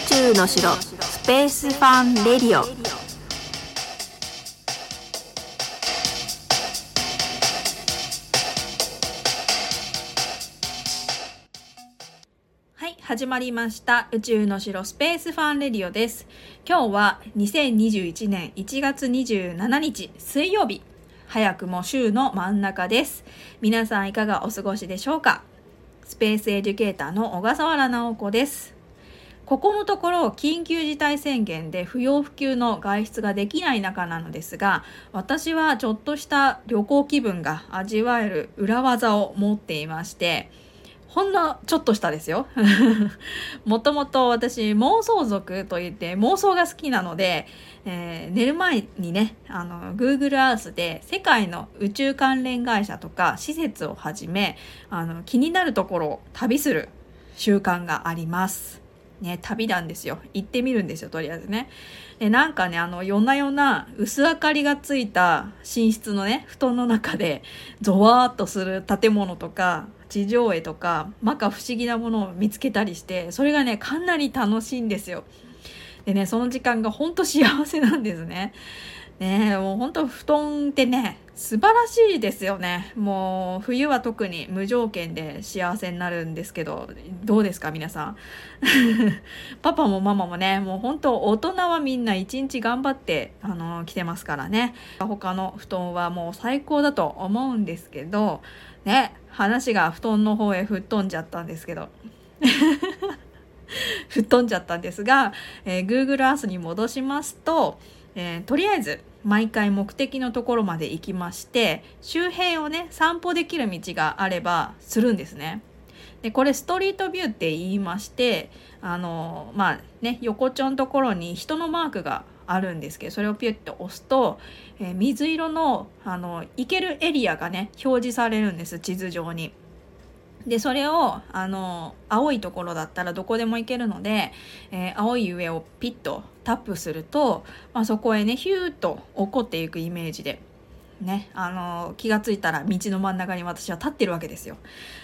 宙の城スペースファンレディオ。はい、始まりました。宇宙の城スペースファンレディオです。今日は2021年1月27日水曜日、早くも週の真ん中です。皆さんいかがお過ごしでしょうか。スペースエデュケーターの小笠原直子です。ここのところ緊急事態宣言で不要不急の外出ができない中なのですが、私はちょっとした旅行気分が味わえる裏技を持っていまして、ほんのちょっとしたですよ。もともと私妄想族といって妄想が好きなので、寝る前にねGoogle Earth で世界の宇宙関連会社とか施設をはじめ気になるところを旅する習慣がありますね。旅なんですよ。行ってみるんですよ、とりあえずね。でなんかね夜な夜な薄明かりがついた寝室のね布団の中でゾワーっとする建物とか地上絵とか摩訶不思議なものを見つけたりして、それがねかなり楽しいんですよ。でね、その時間が本当幸せなんですね。ね、もう本当布団ってね素晴らしいですよね。もう冬は特に無条件で幸せになるんですけど、どうですか皆さん。パパもママもね、もう本当大人はみんな一日頑張って来てますからね。他の布団はもう最高だと思うんですけどね、話が布団の方へ吹っ飛んじゃったんですけど吹っ飛んじゃったんですが、Google Earth に戻しますと、とりあえず毎回目的のところまで行きまして、周辺をね散歩できる道があればするんですね。でこれストリートビューって言いまして、横丁のところに人のマークがあるんですけど、それをピュッと押すと、水色の行けるエリアがね表示されるんです、地図上に。でそれを青いところだったらどこでも行けるので、青い上をピッとタップすると、そこへねヒューッと落っこっていくイメージでね、気がついたら道の真ん中に私は立ってるわけですよ。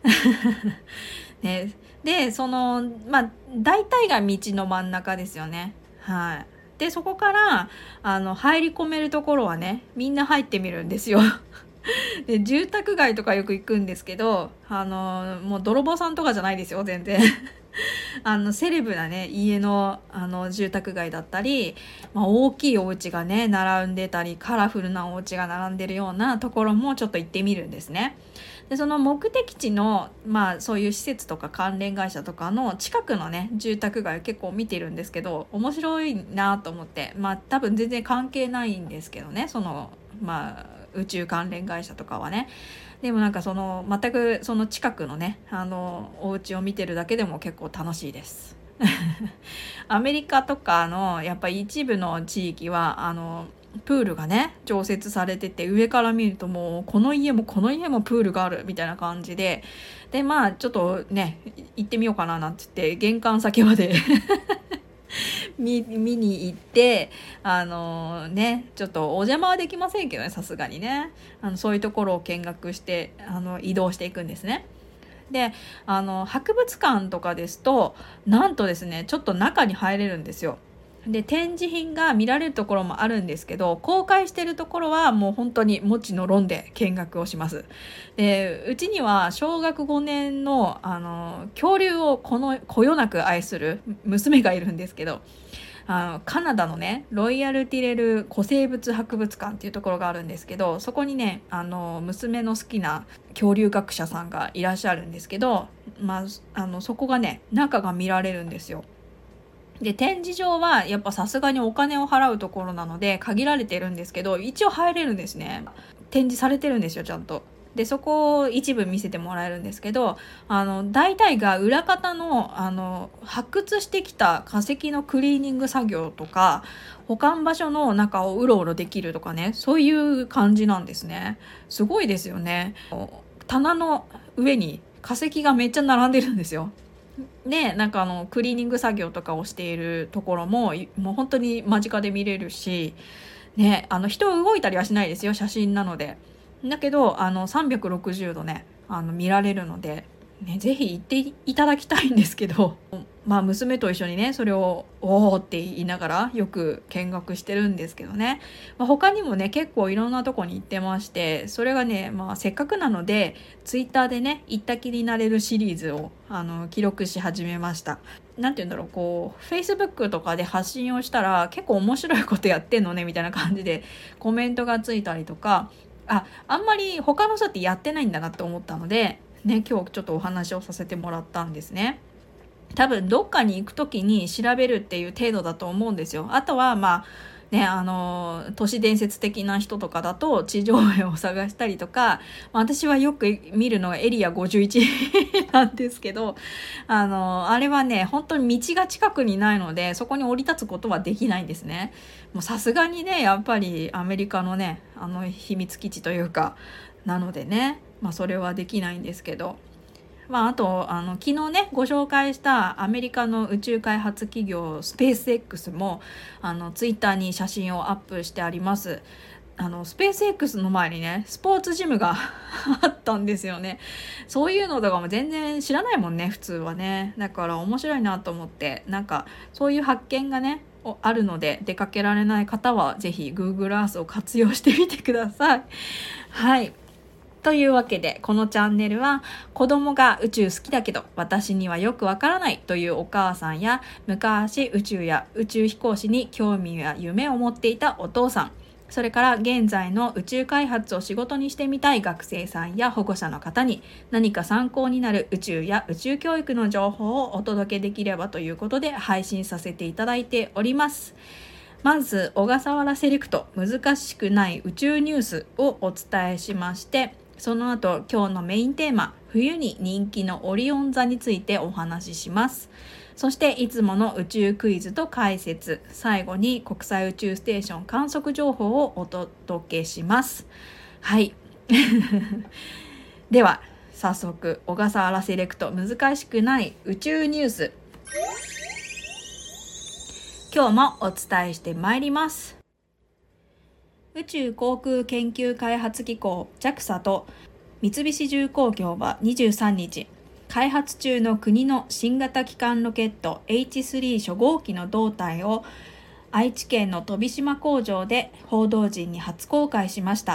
ね、で大体が道の真ん中ですよね。はい。でそこから入り込めるところはねみんな入ってみるんですよ。で住宅街とかよく行くんですけど、もう泥棒さんとかじゃないですよ全然。セレブなね家の住宅街だったり、大きいお家がね並んでたり、カラフルなお家が並んでるようなところもちょっと行ってみるんですね。でその目的地のそういう施設とか関連会社とかの近くのね住宅街を結構見てるんですけど、面白いなと思って、多分全然関係ないんですけどね、宇宙関連会社とかはね。でも全くその近くのねお家を見てるだけでも結構楽しいです。アメリカとかのやっぱり一部の地域はプールがね常設されてて、上から見るともうこの家もこの家もプールがあるみたいな感じで、ちょっとね行ってみようかななんて言って玄関先まで見に行って、ちょっとお邪魔はできませんけどね、さすがにねそういうところを見学して移動していくんですね。で博物館とかですとなんとですねちょっと中に入れるんですよ。で展示品が見られるところもあるんですけど、公開してるところはもう本当にもちのろんで見学をします。でうちには小学5年の恐竜をこよなく愛する娘がいるんですけど、カナダのねロイヤルティレル古生物博物館っていうところがあるんですけど、そこにね娘の好きな恐竜学者さんがいらっしゃるんですけど、そこがね中が見られるんですよ。で展示場はやっぱさすがにお金を払うところなので限られてるんですけど、一応入れるんですね。展示されてるんですよちゃんと。でそこを一部見せてもらえるんですけど、大体が裏方の発掘してきた化石のクリーニング作業とか保管場所の中をうろうろできるとかね、そういう感じなんですね。すごいですよね。棚の上に化石がめっちゃ並んでるんですよ。でクリーニング作業とかをしているところももう本当に間近で見れるしね、人動いたりはしないですよ、写真なので。だけど360度ね見られるので、ね、ぜひ行っていただきたいんですけど、 娘と一緒にねそれをおーって言いながらよく見学してるんですけどね、他にもね結構いろんなとこに行ってまして、それがね、せっかくなのでツイッターでね行った気になれるシリーズを記録し始めました。なんて言うんだろう、こう Facebook とかで発信をしたら結構面白いことやってんのねみたいな感じでコメントがついたりとか、あんまり他の人ってやってないんだなって思ったのでね、今日ちょっとお話をさせてもらったんですね。多分どっかに行く時に調べるっていう程度だと思うんですよ。あとは都市伝説的な人とかだと地上絵を探したりとか、私はよく見るのがエリア51なんですけど、あれはね本当に道が近くにないのでそこに降り立つことはできないんですね。もうさすがにねやっぱりアメリカのね秘密基地というかなのでね、それはできないんですけど、あと昨日ねご紹介したアメリカの宇宙開発企業スペース X もツイッターに写真をアップしてあります。スペース X の前にねスポーツジムがあったんですよね。そういうのとかも全然知らないもんね普通はね。だから面白いなと思って、そういう発見がねあるので、出かけられない方はぜひ Google Earth を活用してみてください。はい、というわけでこのチャンネルは子供が宇宙好きだけど私にはよくわからないというお母さんや、昔宇宙や宇宙飛行士に興味や夢を持っていたお父さん、それから現在の宇宙開発を仕事にしてみたい学生さんや保護者の方に何か参考になる宇宙や宇宙教育の情報をお届けできればということで配信させていただいております。まず小笠原セレクト難しくない宇宙ニュースをお伝えしまして、その後今日のメインテーマ冬に人気のオリオン座についてお話しします。そしていつもの宇宙クイズと解説、最後に国際宇宙ステーション観測情報をお届けします。はいでは早速小笠原セレクト難しくない宇宙ニュース、今日もお伝えしてまいります。宇宙航空研究開発機構 JAXA と三菱重工業は23日、開発中の国の新型基幹ロケット H3 初号機の胴体を愛知県の飛島工場で報道陣に初公開しました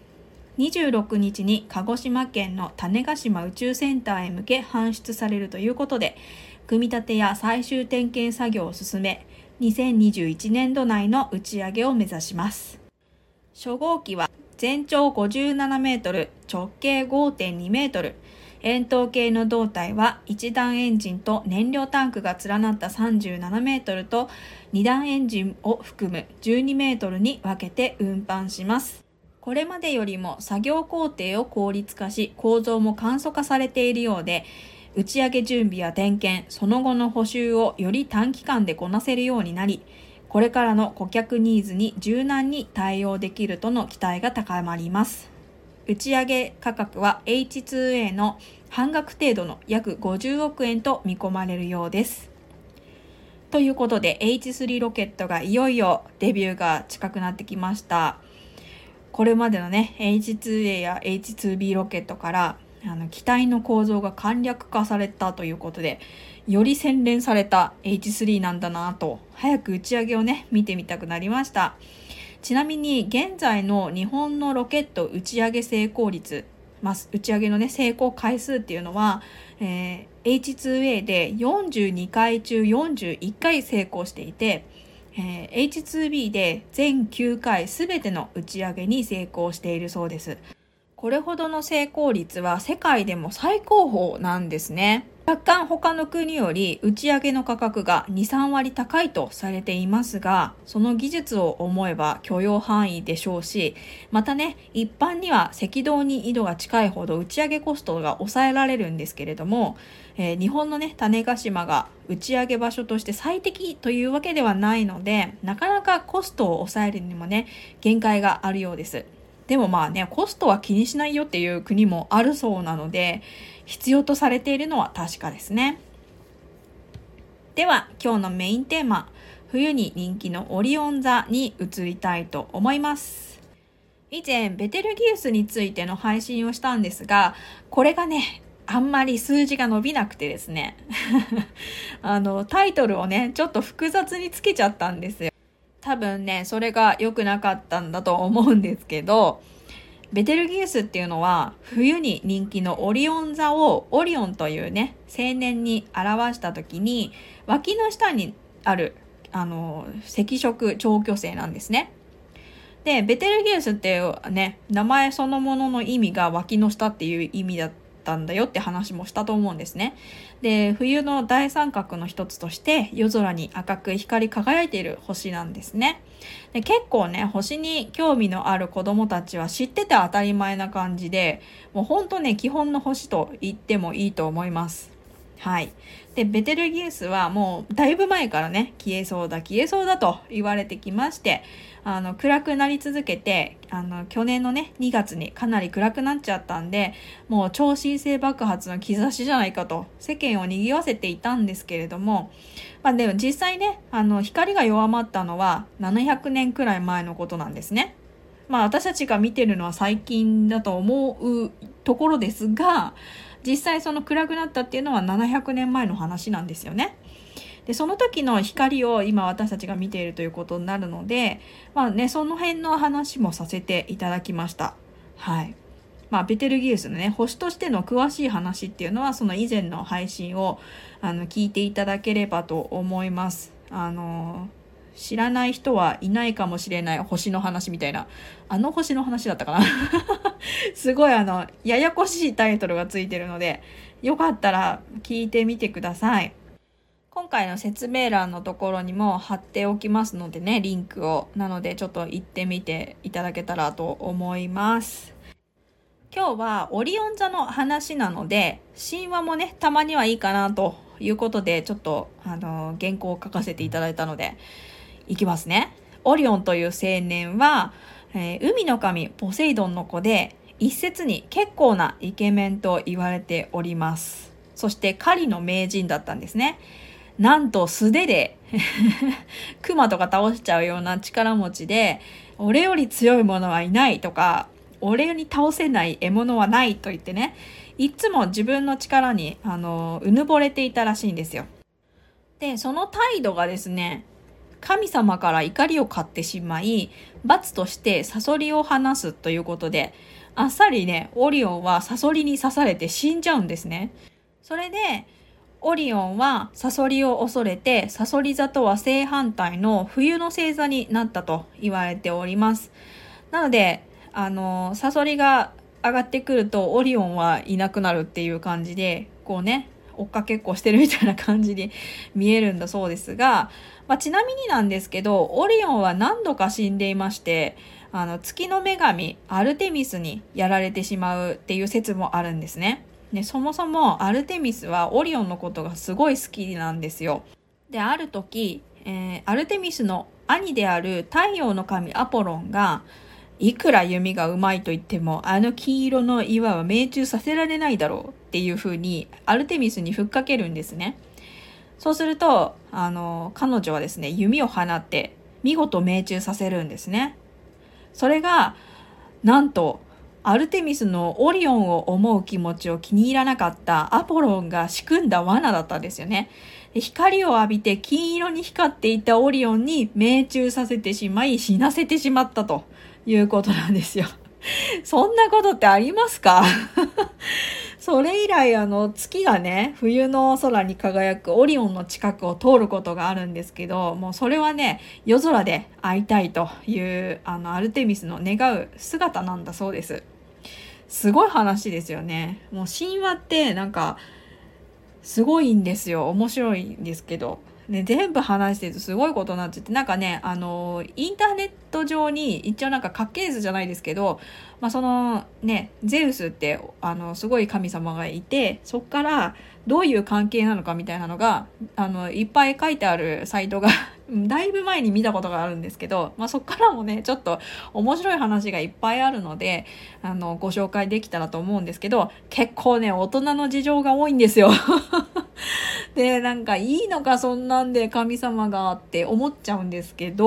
。26日に鹿児島県の種子島宇宙センターへ向け搬出されるということで、組み立てや最終点検作業を進め、2021年度内の打ち上げを目指します。初号機は全長57メートル、直径 5.2 メートル、円筒形の胴体は1段エンジンと燃料タンクが連なった37メートルと2段エンジンを含む12メートルに分けて運搬します。これまでよりも作業工程を効率化し、構造も簡素化されているようで、打ち上げ準備や点検、その後の補修をより短期間でこなせるようになり、これからの顧客ニーズに柔軟に対応できるとの期待が高まります。打ち上げ価格は H2A の半額程度の約50億円と見込まれるようです。ということで H3 ロケットがいよいよデビューが近くなってきました。これまでのね H2A や H2B ロケットから機体の構造が簡略化されたということで、より洗練された H3 なんだなと、早く打ち上げをね見てみたくなりました。ちなみに現在の日本のロケット打ち上げ成功率、打ち上げのね成功回数っていうのは、H2A で42回中41回成功していて、H2B で全9回すべての打ち上げに成功しているそうです。これほどの成功率は世界でも最高峰なんですね。若干他の国より打ち上げの価格が 2,3 割高いとされていますが、その技術を思えば許容範囲でしょうし、またね、一般には赤道に緯度が近いほど打ち上げコストが抑えられるんですけれども、日本のね、種子島が打ち上げ場所として最適というわけではないので、なかなかコストを抑えるにもね、限界があるようです。でもコストは気にしないよっていう国もあるそうなので、必要とされているのは確かですね。では今日のメインテーマ、冬に人気のオリオン座に移りたいと思います。以前ベテルギウスについての配信をしたんですが、これがねあんまり数字が伸びなくてですねタイトルをねちょっと複雑につけちゃったんですよ。多分ねそれが良くなかったんだと思うんですけど、ベテルギウスっていうのは冬に人気のオリオン座をオリオンというね青年に表した時に脇の下にある赤色超巨星なんですね。でベテルギウスっていうね名前そのものの意味が脇の下っていう意味だったんだよって話もしたと思うんですね。で冬の大三角の一つとして夜空に赤く光り輝いている星なんですね。で結構ね星に興味のある子どもたちは知ってて当たり前な感じで、もうほんとね基本の星と言ってもいいと思います。はい。でベテルギウスはもうだいぶ前からね消えそうだと言われてきまして、暗くなり続けて去年のね2月にかなり暗くなっちゃったんで、もう超新星爆発の兆しじゃないかと世間を賑わせていたんですけれども、でも実際ね光が弱まったのは700年くらい前のことなんですね。私たちが見てるのは最近だと思うところですが、実際その暗くなったっていうのは700年前の話なんですよね。でその時の光を今私たちが見ているということになるので、その辺の話もさせていただきました。はい。ベテルギウスのね星としての詳しい話っていうのはその以前の配信を聞いていただければと思います。知らない人はいないかもしれない星の話みたいな、星の話だったかなすごいややこしいタイトルがついてるので、よかったら聞いてみてください。今回の説明欄のところにも貼っておきますのでね、リンクを。なのでちょっと行ってみていただけたらと思います。今日はオリオン座の話なので、神話もねたまにはいいかなということで、ちょっと原稿を書かせていただいたのでいきますね。オリオンという青年は、海の神ポセイドンの子で、一説に結構なイケメンと言われております。そして狩りの名人だったんですね。なんと素手で熊とか倒しちゃうような力持ちで、俺より強い者はいないとか、俺に倒せない獲物はないと言ってね、いつも自分の力にうぬぼれていたらしいんですよ。でその態度がですね、神様から怒りを買ってしまい、罰としてサソリを放すということで、あっさりねオリオンはサソリに刺されて死んじゃうんですね。それでオリオンはサソリを恐れて、サソリ座とは正反対の冬の星座になったと言われております。なのでサソリが上がってくるとオリオンはいなくなるっていう感じで、こうね追っかけっこしてるみたいな感じに見えるんだそうですが、ちなみになんですけど、オリオンは何度か死んでいまして、月の女神アルテミスにやられてしまうっていう説もあるんですね。でそもそもアルテミスはオリオンのことがすごい好きなんですよ。である時、アルテミスの兄である太陽の神アポロンが、いくら弓がうまいと言っても金色の岩は命中させられないだろうっていう風にアルテミスにふっかけるんですね。そうすると彼女はですね弓を放って見事命中させるんですね。それがなんとアルテミスのオリオンを思う気持ちを気に入らなかったアポロンが仕組んだ罠だったんですよね。で光を浴びて金色に光っていたオリオンに命中させてしまい、死なせてしまったということなんですよ。そんなことってありますかそれ以来月がね冬の空に輝くオリオンの近くを通ることがあるんですけど、もうそれはね夜空で会いたいというアルテミスの願う姿なんだそうです。すごい話ですよね。もう神話ってなんかすごいんですよ。面白いんですけどね、全部話してるとすごいことになっちゃって、なんかねインターネット上に一応なんか家系図じゃないですけど、そのねゼウスってすごい神様がいて、そっからどういう関係なのかみたいなのがいっぱい書いてあるサイトがだいぶ前に見たことがあるんですけど、そっからもねちょっと面白い話がいっぱいあるのでご紹介できたらと思うんですけど、結構ね大人の事情が多いんですよでなんかいいのかそんなんで神様がって思っちゃうんですけど、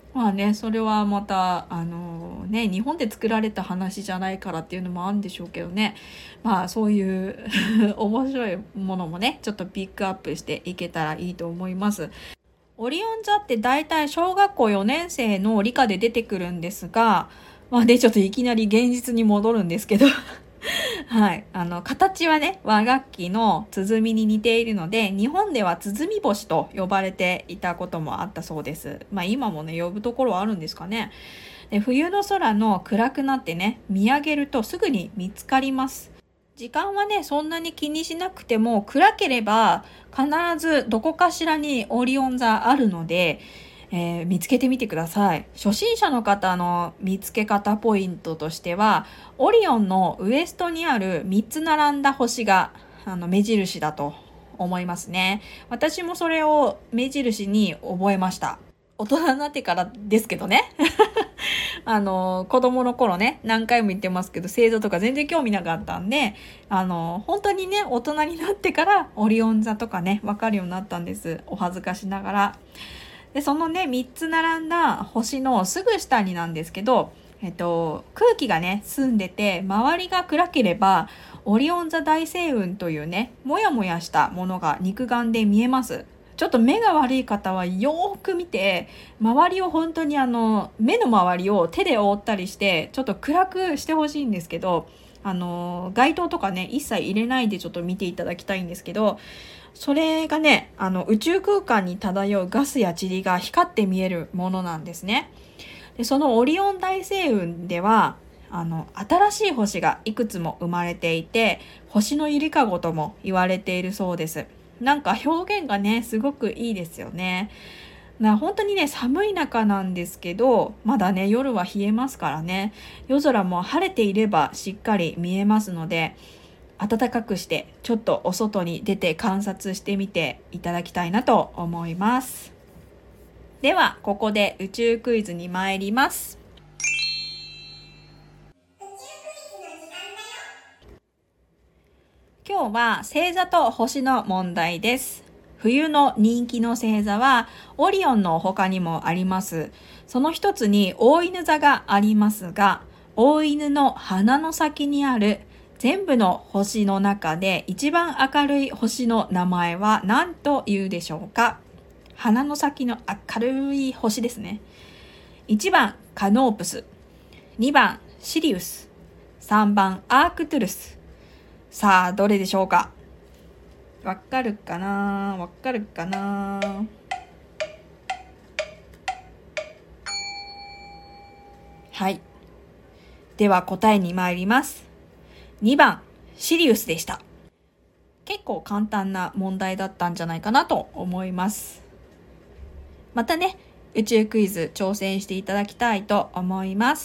まあね、それはまた日本で作られた話じゃないからっていうのもあるんでしょうけどね。まあそういう面白いものもね、ちょっとピックアップしていけたらいいと思います。オリオン座って大体小学校4年生の理科で出てくるんですが、まあでちょっといきなり現実に戻るんですけどはい。形はね、和楽器の鼓に似ているので、日本では鼓星と呼ばれていたこともあったそうです。まあ今もね、呼ぶところはあるんですかね。で、冬の空の暗くなってね、見上げるとすぐに見つかります。時間はね、そんなに気にしなくても、暗ければ必ずどこかしらにオリオン座あるので、見つけてみてください。初心者の方の見つけ方ポイントとしては、オリオンのウエストにある3つ並んだ星が目印だと思いますね。私もそれを目印に覚えました。大人になってからですけどね。子供の頃ね、何回も言ってますけど、星座とか全然興味なかったんで、本当にね、大人になってからオリオン座とかね、わかるようになったんです。お恥ずかしながら。で、そのね、3つ並んだ星のすぐ下になんですけど、空気がね、澄んでて、周りが暗ければ、オリオン座大星雲というね、もやもやしたものが肉眼で見えます。ちょっと目が悪い方はよーく見て、周りを本当に目の周りを手で覆ったりして、ちょっと暗くしてほしいんですけど、街灯とかね、一切入れないでちょっと見ていただきたいんですけど、それがね、宇宙空間に漂うガスや塵が光って見えるものなんですね。で、そのオリオン大星雲では、新しい星がいくつも生まれていて、星のゆりかごとも言われているそうです。なんか表現がね、すごくいいですよね。本当にね、寒い中なんですけど、まだね、夜は冷えますからね、夜空も晴れていればしっかり見えますので、暖かくしてちょっとお外に出て観察してみていただきたいなと思います。ではここで宇宙クイズに参ります。今日は星座と星の問題です。冬の人気の星座はオリオンの他にもあります。その一つに大犬座がありますが、大犬の鼻の先にある全部の星の中で一番明るい星の名前は何というでしょうか。鼻の先の明るい星ですね。1番カノープス、2番シリウス、3番アークトゥルス。さあどれでしょうか。わかるかな。はい、では答えに参ります。2番シリウスでした。結構簡単な問題だったんじゃないかなと思います。またね、宇宙クイズ挑戦していただきたいと思います。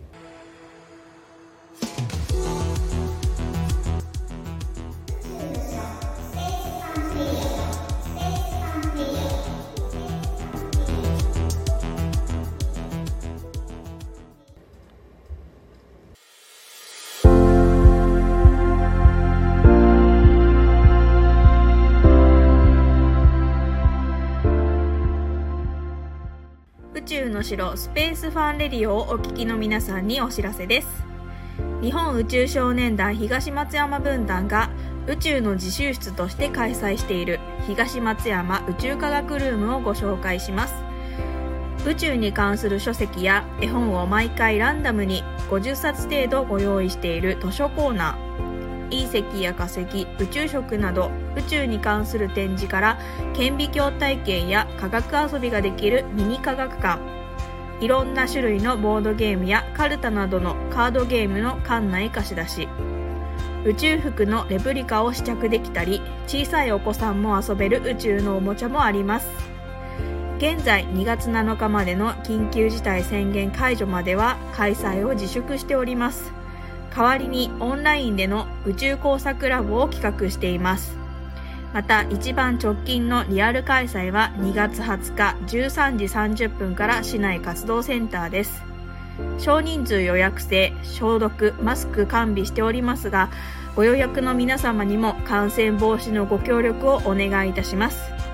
宇宙の城スペースファンレディオをお聞きの皆さんにお知らせです。日本宇宙少年団東松山分団が宇宙の自習室として開催している東松山宇宙科学ルームをご紹介します。宇宙に関する書籍や絵本を毎回ランダムに50冊程度ご用意している図書コーナー、隕石や化石、宇宙食など宇宙に関する展示から顕微鏡体験や科学遊びができるミニ科学館、いろんな種類のボードゲームやカルタなどのカードゲームの館内貸し出し、宇宙服のレプリカを試着できたり、小さいお子さんも遊べる宇宙のおもちゃもあります。現在2月7日までの緊急事態宣言解除までは開催を自粛しております。代わりにオンラインでの宇宙工作ラボを企画しています。また一番直近のリアル開催は2月20日13時30分から市内活動センターです。少人数予約制、消毒、マスク完備しておりますが、ご予約の皆様にも感染防止のご協力をお願いいたします。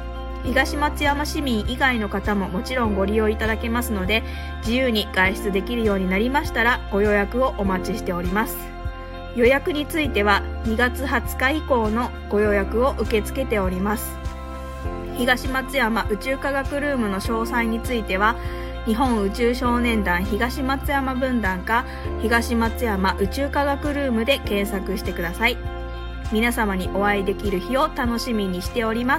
東松山市民以外の方ももちろんご利用いただけますので、自由に外出できるようになりましたらご予約をお待ちしております。予約については2月20日以降のご予約を受け付けております。東松山宇宙科学ルームの詳細については、日本宇宙少年団東松山分団か東松山宇宙科学ルームで検索してください。皆様にお会いできる日を楽しみにしております。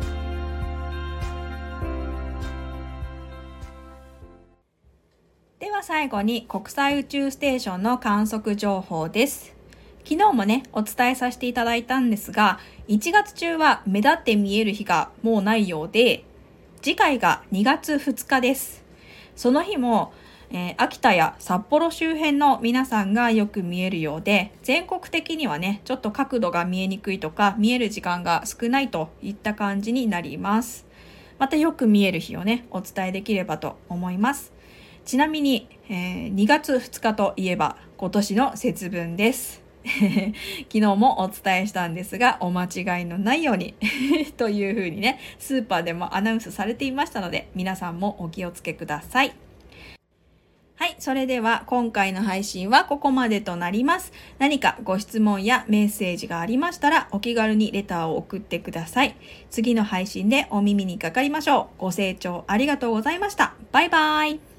では最後に国際宇宙ステーションの観測情報です。昨日もね、お伝えさせていただいたんですが、1月中は目立って見える日がもうないようで、次回が2月2日です。その日も、秋田や札幌周辺の皆さんがよく見えるようで、全国的にはね、ちょっと角度が見えにくいとか、見える時間が少ないといった感じになります。またよく見える日をね、お伝えできればと思います。ちなみに、2月2日といえば今年の節分です。昨日もお伝えしたんですが、お間違いのないようにというふうにね、スーパーでもアナウンスされていましたので、皆さんもお気をつけください。はい、それでは今回の配信はここまでとなります。何かご質問やメッセージがありましたら、お気軽にレターを送ってください。次の配信でお耳にかかりましょう。ご清聴ありがとうございました。バイバイ。